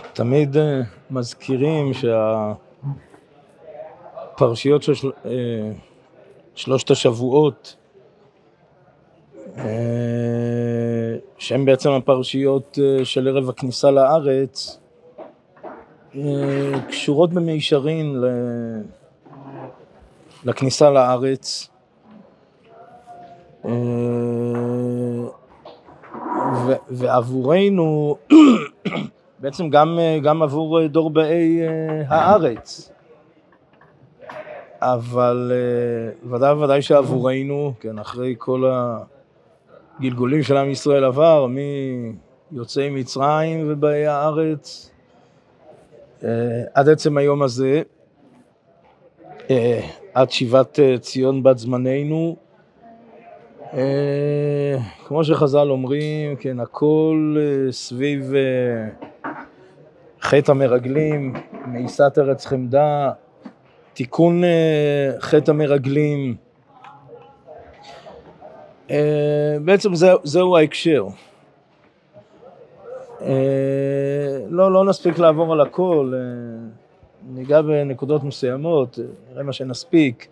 תמיד מזכירים שהפרשיות של שלושת השבועות, שהן בעצם הפרשיות של ערב הכניסה לארץ, קשורות במישרין לכניסה לארץ, ועבורנו, בעצם גם עבור דור באי הארץ, אבל ודאי שעבורנו, כן, אחרי כל הגלגולים של עם ישראל עבר, מיוצאי מצרים ובאי הארץ, עד עצם היום הזה, עד שיבת ציון בת זמננו, כמו שחז"ל אומרים, כן, הכל סביב חטא המרגלים, מאיסת ארץ חמדה, תיקון חטא המרגלים. בעצם זהו ההקשר. לא נספיק לעבור על הכל, ניגע בנקודות מסוימות, נראה מה שנספיק.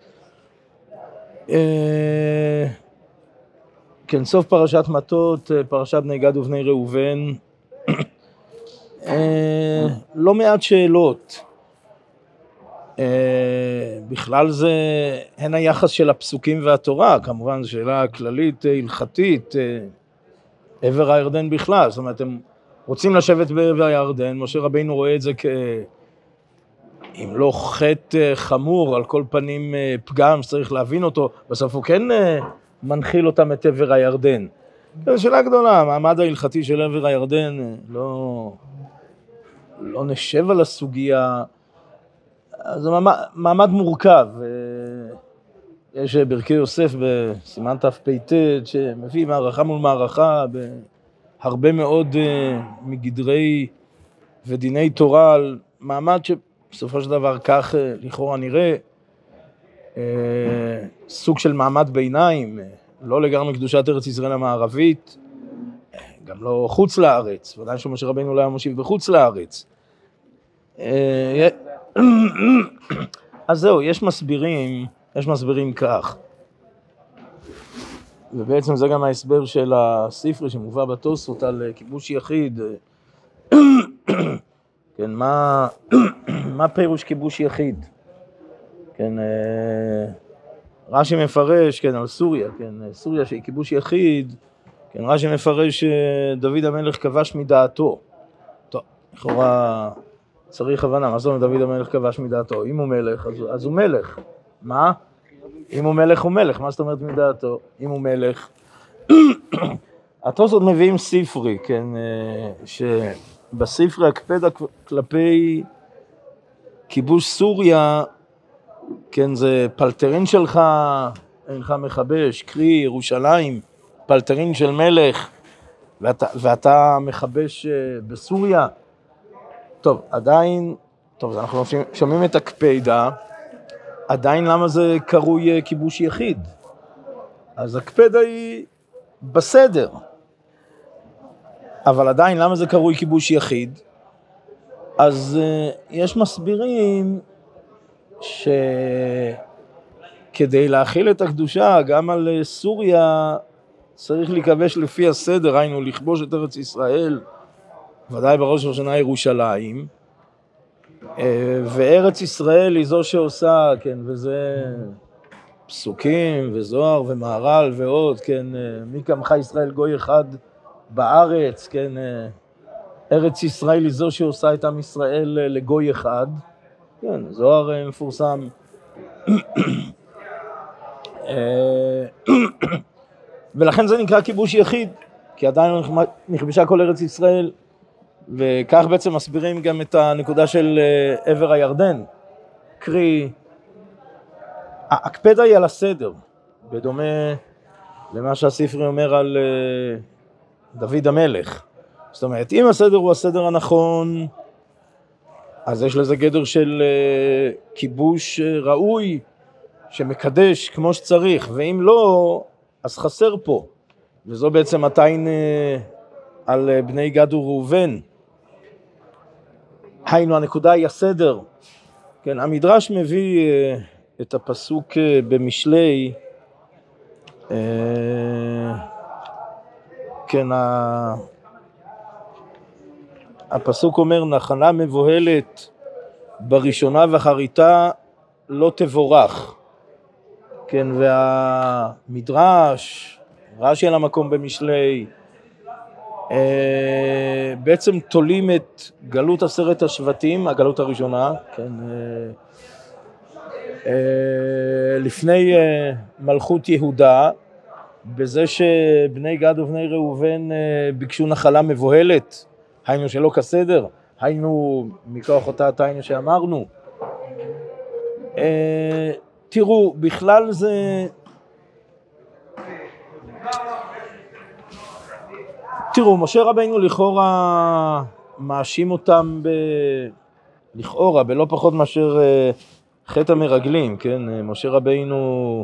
כן, סוף פרשת מטות, פרשת בני גד ובני ראובן, לא מעט שאלות. בכלל זה הן היחס של הפסוקים והתורה, כמובן זו שאלה כללית, הלכתית, עבר הירדן בכלל, זאת אומרת, הם רוצים לשבת בעבר הירדן, משה רבינו רואה את זה אם לא חטא חמור, על כל פנים פגם שצריך להבין אותו, בסוף הוא כן מנחיל אותם את עבר הירדן. זו שאלה גדולה, המעמד ההלכתי של עבר הירדן, לא נשב על הסוגיה, זה מעמד מורכב. יש ברכי יוסף בסימן תפ"ט שמביא מערכה מול מערכה בהרבה מאוד מגדרי ודיני תורה על מעמד שבסופו של דבר כך לכאורה נראה סוג של מעמד ביניים, לא לגמרי קדושת ארץ ישראל המערבית, גם לא חוץ לארץ, ודאי שמשה רבינו לא היה מושיב בחוץ לארץ. אז זהו, יש מסבירים כך, ובעצם זה גם ההסבר של הספרי שמובא בתוספות על כיבוש יחיד. כן, מה פירוש כיבוש יחיד? כן, רש"י מפרש, כן, על סוריה, כן, סוריה שהיא כיבוש יחיד, כן, רש"י מפרש שדוד המלך כבש מדעתו. טוב, לכאורה צריך הבנה, מה זאת אומרת דוד המלך כבש מדעתו? אם הוא מלך, אז הוא מלך. מה? אם הוא מלך, הוא מלך. מה זאת אומרת מדעתו? אם הוא מלך. התוספות מביאים ספרי, כן, שבספרי הקפדה כלפי כיבוש סוריה, כן, זה פלטרין שלך, אינך מכבש, קרי ירושלים, פלטרין של מלך, ואתה מכבש בסוריה. טוב, עדיין, טוב, אנחנו שומעים את הקפדה, עדיין למה זה קרוי כיבוש יחיד? אז הקפדה היא בסדר, אבל עדיין למה זה קרוי כיבוש יחיד? אז יש מסבירים שכדי להכיל את הקדושה גם על סוריה צריך להיכבש לפי הסדר, היינו לכבוש את ארץ ישראל, ודאי בראש ובראשונה ירושלים, וארץ ישראל היא זו שעושה, כן, וזה פסוקים וזוהר ומהר"ל ועוד, כן, מי כמך ישראל גוי אחד בארץ, כן, ארץ ישראל היא זו שעושה את עם ישראל לגוי אחד, כן, זוהר מפורסם. ולכן זה נקרא כיבוש יחיד, כי עדיין נכבשה כל ארץ ישראל, וכך בעצם מסבירים גם את הנקודה של עבר הירדן. קרי, הקפדה היא על הסדר, בדומה למה שהספרי אומר על דוד המלך. זאת אומרת, אם הסדר הוא הסדר הנכון, אז יש לזה גדר של כיבוש ראוי, שמקדש כמו שצריך, ואם לא, אז חסר פה. וזו בעצם עתיים על בני גד וראובן. היינו, הנקודה היא הסדר. כן, המדרש מביא את הפסוק במשלי, כן, הפסוק אומר, נחלה מבוהלת בראשונה ואחריתה לא תבורך. כן, והמדרש, רש"י על המקום במשלי, בעצם תולים את גלות 10 השבטים, הגלות הראשונה, כן, לפני מלכות יהודה, בזה שבני גד ובני ראובן ביקשו נחלה מבוהלת, היינו שלא כסדר, היינו מכוח אותה תיינו שאמרנו. תראו, בכלל זה תראו, משה רבינו לכאורה מאשים אותם לכאורה, בלא פחות מאשר חטא המרגלים, כן? משה רבינו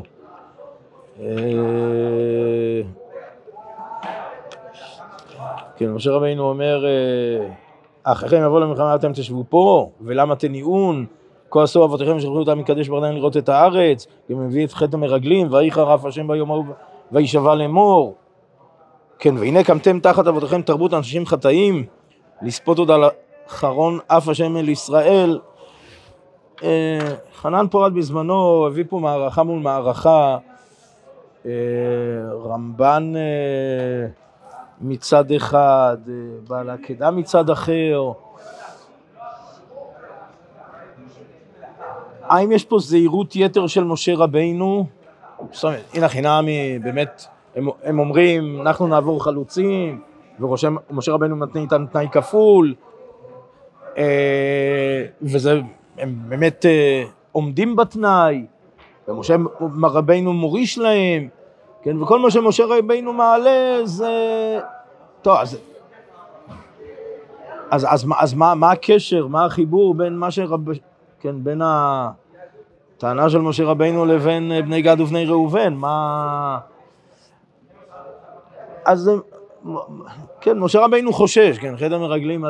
כן, משה רבינו אומר, אחריכם יבוא למלחמה אתם תשבו פה, ולמה תניעון? כה עשו אבותיכם שלחו אותם מקדש ברנן לראות את הארץ, גם מביא את חטא המרגלים, ויחרף השם ביום ההוא וישבע לאמור. כן, והנה קמתם תחת אבותיכם תרבות אנשים חטאים, לספות עוד על אחרון אף השם אל ישראל. חנן פורת בזמנו הביא פה מערכה מול מערכה, רמב"ן מצד אחד, בעל העקדה מצד אחר. האם יש פה זהירות יתר של משה רבינו? זאת אומרת, הנה חינמי, באמת, הם אומרים, אנחנו נעבור חלוצים, ומשה רבינו מתנה איתנו תנאי כפול, וזה, הם באמת עומדים בתנאי, ומשה רבינו מוריש להם, כן, וכל מה שמשה רבינו מעלה זה... טוב, אז מה הקשר, מה החיבור בין מה כן, בין הטענה של משה רבינו לבין בני גד ובני ראובן? מה... אז כן, משה רבינו חושש, כן, חטא המרגלים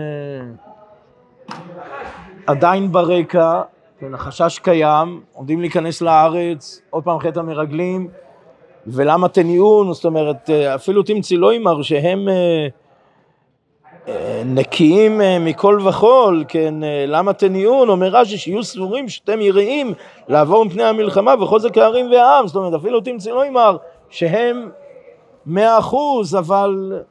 עדיין ברקע, כן, החשש קיים, עומדים להיכנס לארץ, עוד פעם חטא המרגלים, ולמה תניעון? זאת אומרת, אפילו תמצי לא אמר שהם נקיים מכל וכל, כן, למה תניעון? אומר רש"י שיהיו סבורים שאתם יראים לעבור מפני המלחמה וחוזק הערים והעם, זאת אומרת, אפילו תמצי לא אמר שהם 100%, אבל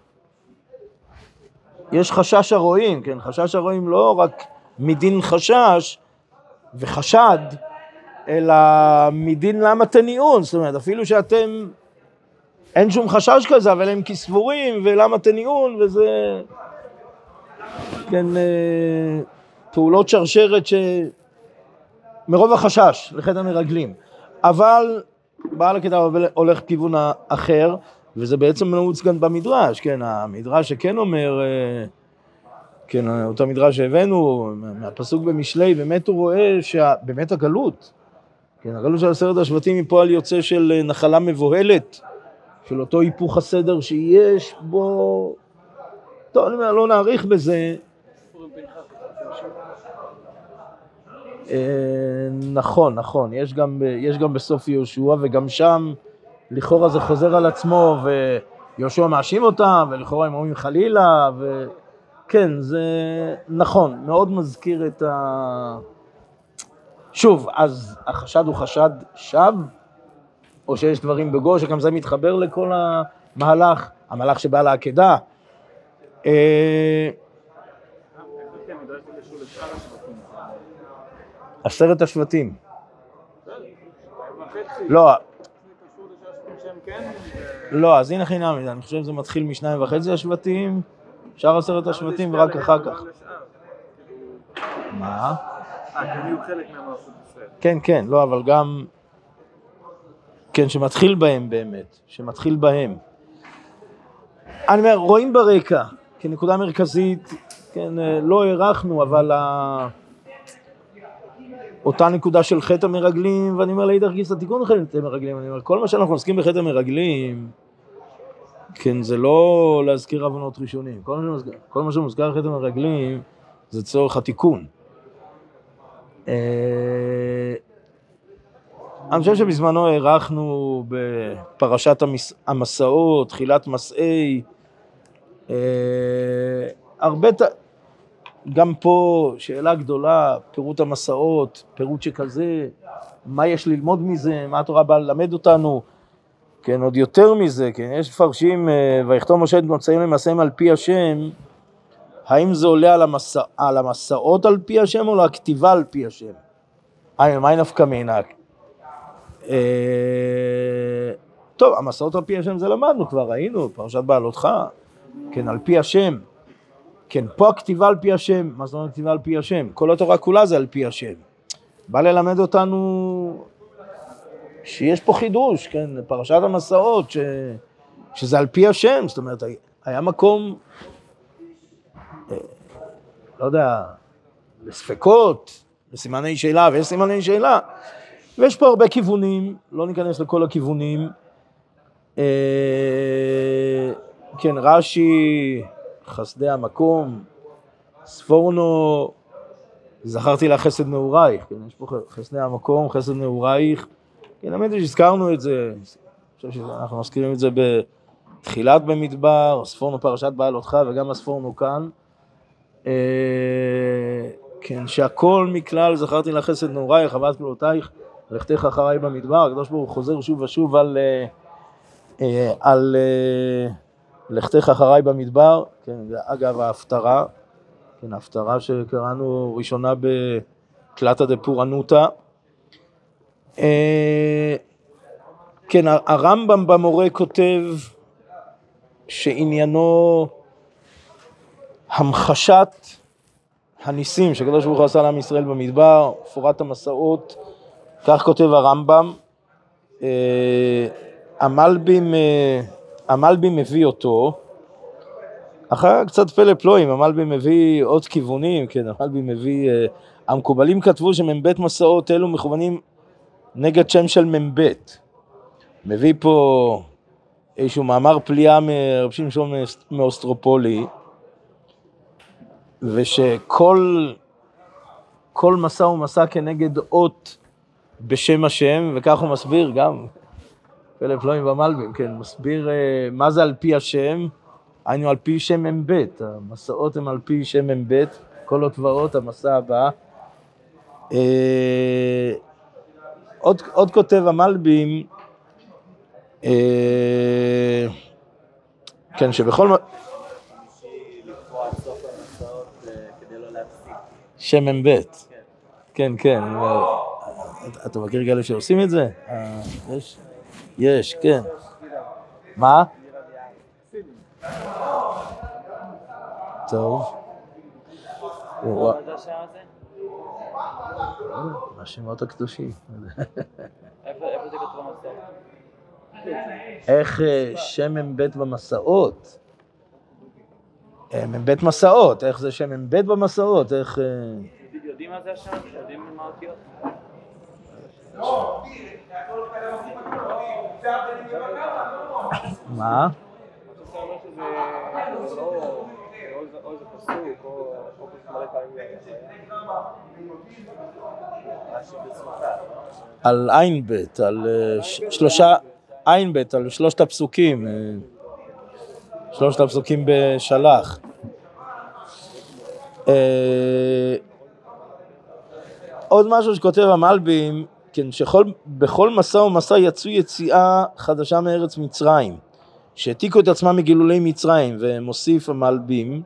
יש חשש הרואים, כן, חשש הרואים לא רק מדין חשש וחשד, אלא מדין למה תניעון, זאת אומרת, אפילו שאתם, אין שום חשש כזה, אבל הם כסבורים, ולמה תניעון, וזה, כן, פעולות שרשרת מרוב החשש לחטא המרגלים. אבל בעל העקדה הולך כיוון אחר, וזה בעצם נעוץ כאן במדרש, כן, המדרש שכן אומר, כן, אותו מדרש שהבאנו, מהפסוק במשלי, באמת הוא רואה שבאמת הגלות, כן, הגלות של 10 השבטים היא פועל יוצא של נחלה מבוהלת, של אותו היפוך הסדר שיש בו, טוב, אני אומר, לא נעריך בזה. נכון, יש גם בסוף יהושע, וגם שם לכאורה זה חוזר על עצמו, ויהושע מאשים אותם, ולכאורה הם אומרים חלילה, וכן, זה נכון, מאוד מזכיר את שוב, אז החשד הוא חשד שווא, או שיש דברים בגו, שגם זה מתחבר לכל המהלך שבא לעקדה. 10 השבטים. לא, אז הנה חינם, אני חושב שזה מתחיל מ2.5 השבטים, שאר 10 השבטים ורק אחר כך. מה? היו חלק מהמערכות ישראל. כן, לא, אבל גם, כן, שמתחיל בהם באמת, שמתחיל בהם. אני אומר, רואים ברקע, כנקודה מרכזית, כן, לא הערכנו, אבל אותה נקודה של חטא המרגלים, ואני אומר להידך גיסא תיקון חטא המרגלים, אני אומר, כל מה שאנחנו עוסקים בחטא המרגלים, כן, זה לא להזכיר עוונות ראשונים, כל מה שמוזכר חטא המרגלים, זה צורך התיקון. אני חושב שבזמנו הערכנו בפרשת המסעות, תחילת מסעי, הרבה, גם פה שאלה גדולה, פירוט המסעות, פירוט שכזה, מה יש ללמוד מזה, מה התורה באה ללמד אותנו, כן, עוד יותר מזה, כן, יש מפרשים, ויכתוב משה את מוצאים למסעים על פי השם, האם זה עולה על המסעות על פי השם או לכתיבה על פי השם? מה נפקא מינה? טוב, המסעות על פי השם זה למדנו, כבר ראינו, פרשת בעלותך, כן, על פי השם, כן, פה הכתיבה על פי השם, מה זאת אומרת כתיבה על פי השם? כל התורה כולה זה על פי השם. בא ללמד אותנו שיש פה חידוש, כן, פרשת המסעות, שזה על פי השם, זאת אומרת, היה מקום, לא יודע, לספקות, לסימני שאלה, ויש סימני שאלה, ויש פה הרבה כיוונים, לא ניכנס לכל הכיוונים, כן, רש"י, חסדי המקום, ספורנו, זכרתי לה חסד נעורייך, כן, יש פה חסדי המקום, חסד נעורייך, כן, האמת היא שהזכרנו את זה, אני חושב שאנחנו מזכירים את זה בתחילת במדבר, ספורנו פרשת בעלותך וגם הספורנו כאן, כן, שהכל מכלל זכרתי לה חסד נעורייך, אהבת כלולותייך, לכתך אחריי במדבר, הקדוש ברוך הוא חוזר שוב ושוב על לכתך אחריי במדבר, כן, אגב ההפטרה, כן, ההפטרה שקראנו ראשונה בתלתא דפורענותא. כן, הרמב"ם במורה כותב שעניינו המחשת הניסים שקדוש ברוך הוא עשה לעם ישראל במדבר, פורת המסעות, כך כותב הרמב"ם. המלבים מביא אותו, אחר קצת פלא פלואים, המלבים מביא עוד כיוונים, כן, המלבים מביא, המקובלים כתבו שמ"ב מסעות אלו מכוונים נגד שם של מ"ב. מביא פה איזשהו מאמר פליאה מרב שמשון מאוסטרופולי, ושכל מסע הוא מסע כנגד אות בשם השם, וכך הוא מסביר גם, פלא פלואים במלבים, כן, מסביר מה זה על פי השם, היינו על פי שם מ"ב, המסעות הם על פי שם מ"ב, כל אות ואות, המסע הבא. עוד כותב המלבים, כן, שבכל שם מ"ב, כן, כן, אתה מכיר כאלה שעושים את זה? יש, כן. מה? טוב. השמות הקדושים. איפה זה כתוב במסעות? איך שם מ"ב במסעות? מ"ב מסעות, איך זה שם מ"ב במסעות? איך... יודעים מה זה השם? יודעים מה אותיות? מה? אתה אומר שזה לא... או איזה פסוק, או פסוק מלא פעמים. על עין בית, על שלושה, עין בית, על שלושת הפסוקים, בשלח. עוד משהו שכותב המלבים, כן, שבכל מסע ומסע יצאו יציאה חדשה מארץ מצרים, שהעתיקו את עצמם מגילולי מצרים, ומוסיף המלבים,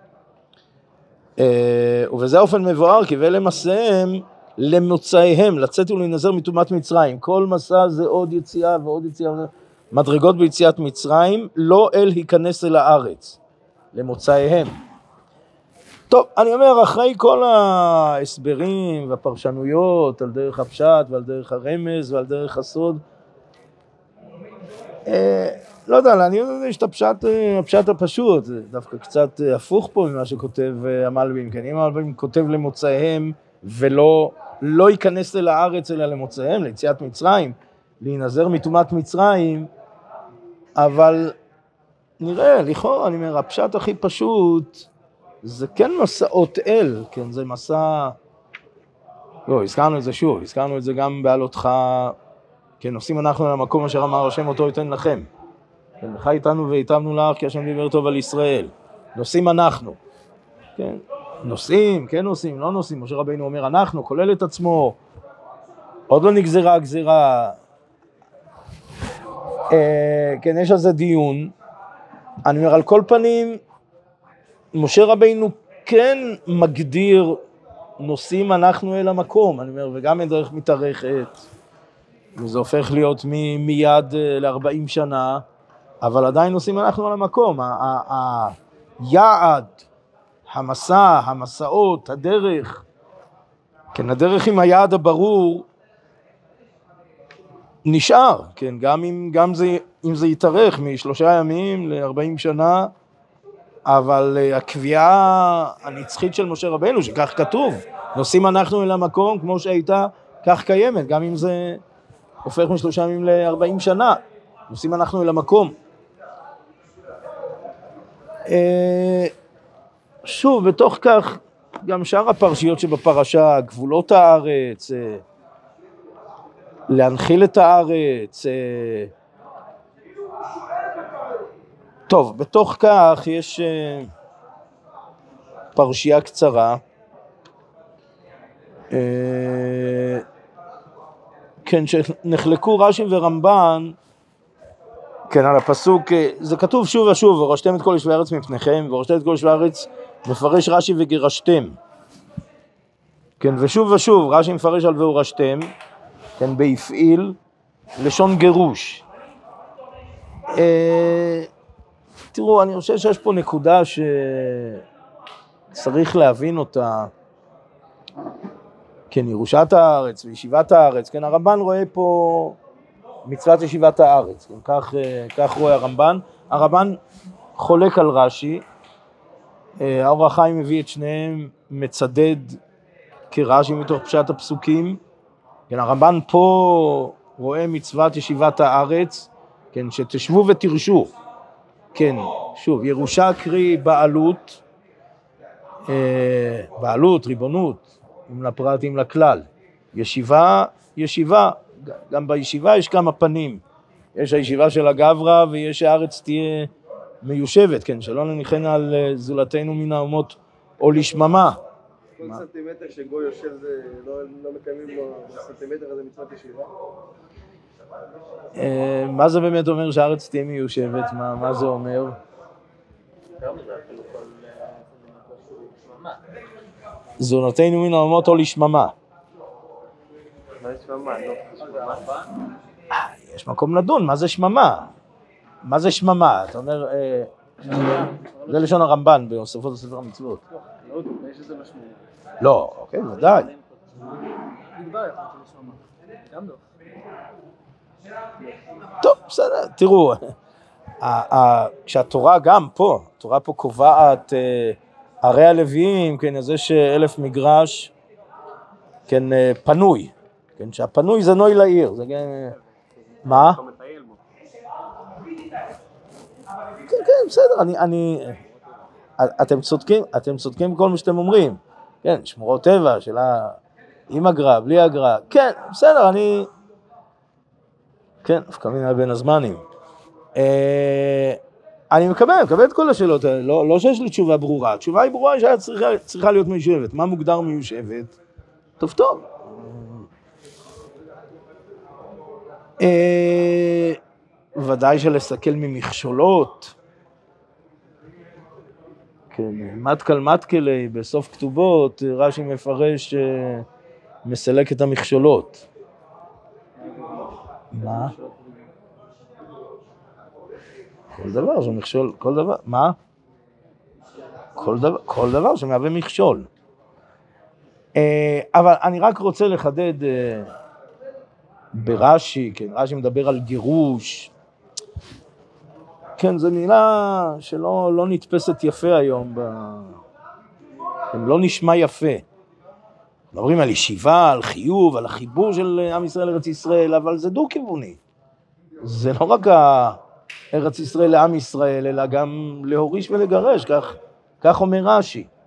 ובזה אופן מבואר, כי ואלה מסעיהם למוצאיהם, לצאת ולהינזר מטומאת מצרים. כל מסע זה עוד יציאה ועוד יציאה, מדרגות ביציאת מצרים, לא אל היכנס אל הארץ, למוצאיהם. טוב, אני אומר, אחרי כל ההסברים והפרשנויות על דרך הפשט ועל דרך הרמז ועל דרך הסוד, לא יודע, אני יודע שיש את הפשט הפשוט, זה דווקא קצת הפוך פה ממה שכותב המלבים, כן, אם המלבים כותב למוצאיהם ולא ייכנס אל הארץ אלא למוצאיהם, ליציאת מצרים, להינזר מטומאת מצרים, אבל נראה, לכאורה, אני אומר, הפשט הכי פשוט, זה כן מסעות אל, כן, זה מסע, לא, הזכרנו את זה שוב, הזכרנו את זה גם בעלותך, כן, נוסעים אנחנו למקום אשר אמר השם אותו ייתן לכם. כן, לך איתנו והיטבנו לך, כי השם דיבר טוב על ישראל. נוסעים אנחנו. כן, נוסעים, כן נוסעים, לא נוסעים. משה רבינו אומר אנחנו, כולל את עצמו. עוד לא נגזרה הגזירה. כן, יש על זה דיון. אני אומר, על כל פנים, משה רבינו כן מגדיר נוסעים אנחנו אל המקום. אני אומר, וגם הדרך מתארכת. וזה הופך להיות מיד ל-40 שנה. אבל עדיין נוסעים אנחנו על המקום, היעד, המסע, המסעות, הדרך, כן, הדרך עם היעד הברור נשאר, כן, גם אם זה יתארך מ3 ימים ל-40 שנה, אבל הקביעה הנצחית של משה רבנו, שכך כתוב, נוסעים אנחנו אל המקום כמו שהייתה, כך קיימת, גם אם זה הופך מ3 ימים ל-40 שנה, נוסעים אנחנו אל המקום. שוב, בתוך כך, גם שאר הפרשיות שבפרשה, גבולות הארץ, להנחיל את הארץ. טוב, בתוך כך יש פרשייה קצרה, כן, שנחלקו רש"י ורמב"ן, כן, על הפסוק, זה כתוב שוב ושוב, ורשתם את כל יושבי הארץ מפניכם, ורשתם את כל יושבי הארץ, מפרש רש"י וגירשתם. כן, ושוב ושוב, רש"י מפרש על והורשתם, כן, בהפעיל, לשון גירוש. תראו, אני חושב שיש פה נקודה שצריך להבין אותה, כן, ירושת הארץ וישיבת הארץ, כן, הרמב"ן רואה פה מצוות ישיבת הארץ, כן, כך רואה הרמב"ן. הרמב"ן חולק על רש"י, האור החיים מביא את שניהם מצדד כרש"י מתוך פשט הפסוקים, כן, הרמב"ן פה רואה מצוות ישיבת הארץ, כן, שתשבו ותרשו, כן, שוב, ירושה קרי בעלות, בעלות, ריבונות, אם לפרט, אם לכלל, ישיבה, גם בישיבה יש כמה פנים, יש הישיבה של הגברא ויש הארץ תהיה מיושבת, כן, שלא נניחן על זולתנו מן האומות או לשממה. כל סנטימטר שגוי יושב זה לא מקיימים לו סנטימטר, הזה מצוות ישיבה? מה זה באמת אומר שהארץ תהיה מיושבת? מה זה אומר? זולתנו מן האומות או לשממה. יש מקום לדון, מה זה שממה? מה זה שממה? אתה אומר, זה לשון הרמב"ן בסופות הספר המצוות. לא יודע, יש איזה משמעות. לא, אוקיי, ודאי. טוב, בסדר, תראו, כשהתורה גם פה, התורה פה קובעת ערי הלוויים, כן, אז יש 1000 מגרש, כן, פנוי, כן, שהפנוי זה נוי לעיר, זה כן, מה? כן, כן, בסדר, אתם צודקים בכל מה שאתם אומרים, כן, שמורות טבע, שאלה עם אגרה, בלי אגרה, כן, בסדר, כן, הפקמים בין הזמנים. אני מקבל את כל השאלות האלה, לא שיש לי תשובה ברורה, התשובה היא ברורה שהיה צריכה להיות מיושבת. מה מוגדר מיושבת? טוב. ודאי שלסכל ממכשולות, כן, מתקלי, בסוף כתובות, רש"י מפרש מסלק את המכשולות. מה? כל דבר שמכשול, כל דבר, מה? כל דבר שמהווה מכשול. אבל אני רק רוצה לחדד ברש"י, כן, רש"י מדבר על גירוש. כן, זו מילה שלא נתפסת יפה היום, כן, לא נשמע יפה. מדברים על ישיבה, על חיוב, על החיבור של עם ישראל לארץ ישראל, אבל זה דו-כיווני. זה לא רק ארץ ישראל לעם ישראל, אלא גם להוריש ולגרש, כך אומר רש"י.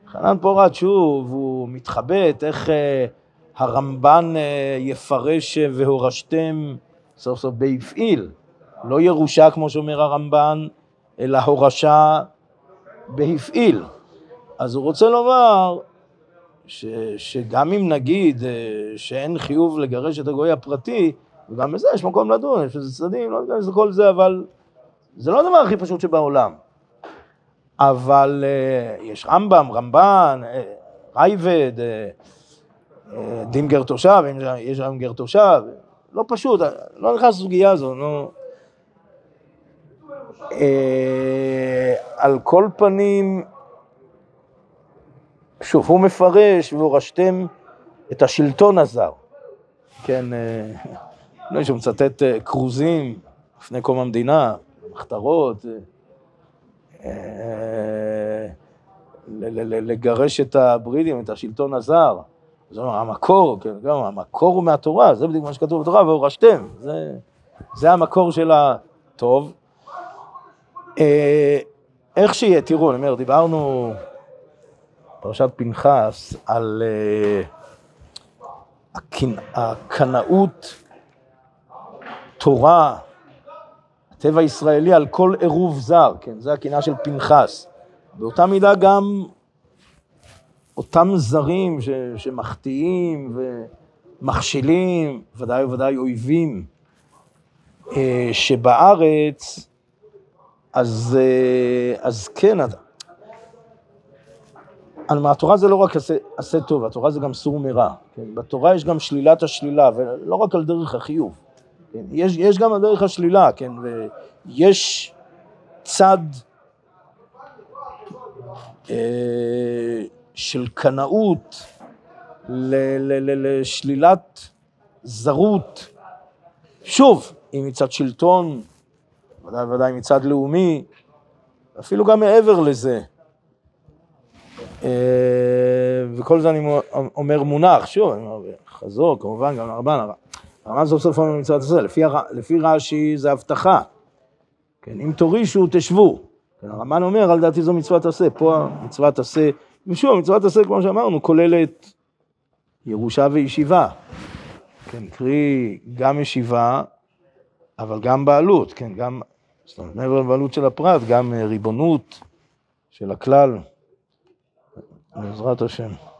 חנן פורת שוב, הוא מתחבט איך הרמב"ן יפרש והורשתם סוף סוף בהפעיל. לא ירושה כמו שאומר הרמב"ן, אלא הורשה בהפעיל. אז הוא רוצה לומר שגם אם נגיד שאין חיוב לגרש את הגוי הפרטי, וגם בזה יש מקום לדון, יש איזה צדדים, לא ניכנס לכל זה, אבל זה לא הדבר הכי פשוט שבעולם. אבל יש רמב"ם, רמב"ן, רייבד, דין גר תושב, יש שם גר תושב, לא פשוט, לא נכנס לסוגיה הזו, לא. על כל פנים, שוב, הוא מפרש והורשתם את השלטון הזר. כן, לא שהוא מצטט קרוזים לפני קום המדינה, מחתרות, לגרש את הבריטים, את השלטון הזר. זאת אומרת, המקור, כן, גם המקור הוא מהתורה, זה בדיוק מה שכתוב בתורה, והורשתם, זה המקור של הטוב. איך שיהיה, תראו, אני אומר, דיברנו פרשת פנחס על הקנאות תורה, הטבע הישראלי על כל עירוב זר, כן, זה הקנאה של פנחס. באותה מידה גם אותם זרים שמחטיאים ומכשילים, ודאי וודאי אויבים, שבארץ, אז כן, התורה זה לא רק עשה טוב, התורה זה גם סור מרע. כן? בתורה יש גם שלילת השלילה, ולא רק על דרך החיוב. כן? יש גם על דרך השלילה, כן? ויש צד של קנאות לשלילת זרות. שוב, אם מצד שלטון, ודאי מצד לאומי, אפילו גם מעבר לזה. וכל זה אני אומר מונח, שוב, אני אומר, חזור, כמובן, גם לרמב"ן, הרמב"ן סוף סוף אומר מצוות עשה, לפי רש"י זה הבטחה, כן, אם תורישו תשבו, כן, הרמב"ן אומר, על דעתי זו מצוות עשה, פה מצוות עשה, ושוב, מצוות עשה, כמו שאמרנו, כוללת ירושה וישיבה, כן, קרי, גם ישיבה, אבל גם בעלות, כן, גם, זאת אומרת, מעבר לבעלות של הפרט, גם ריבונות של הכלל, בעזרת השם.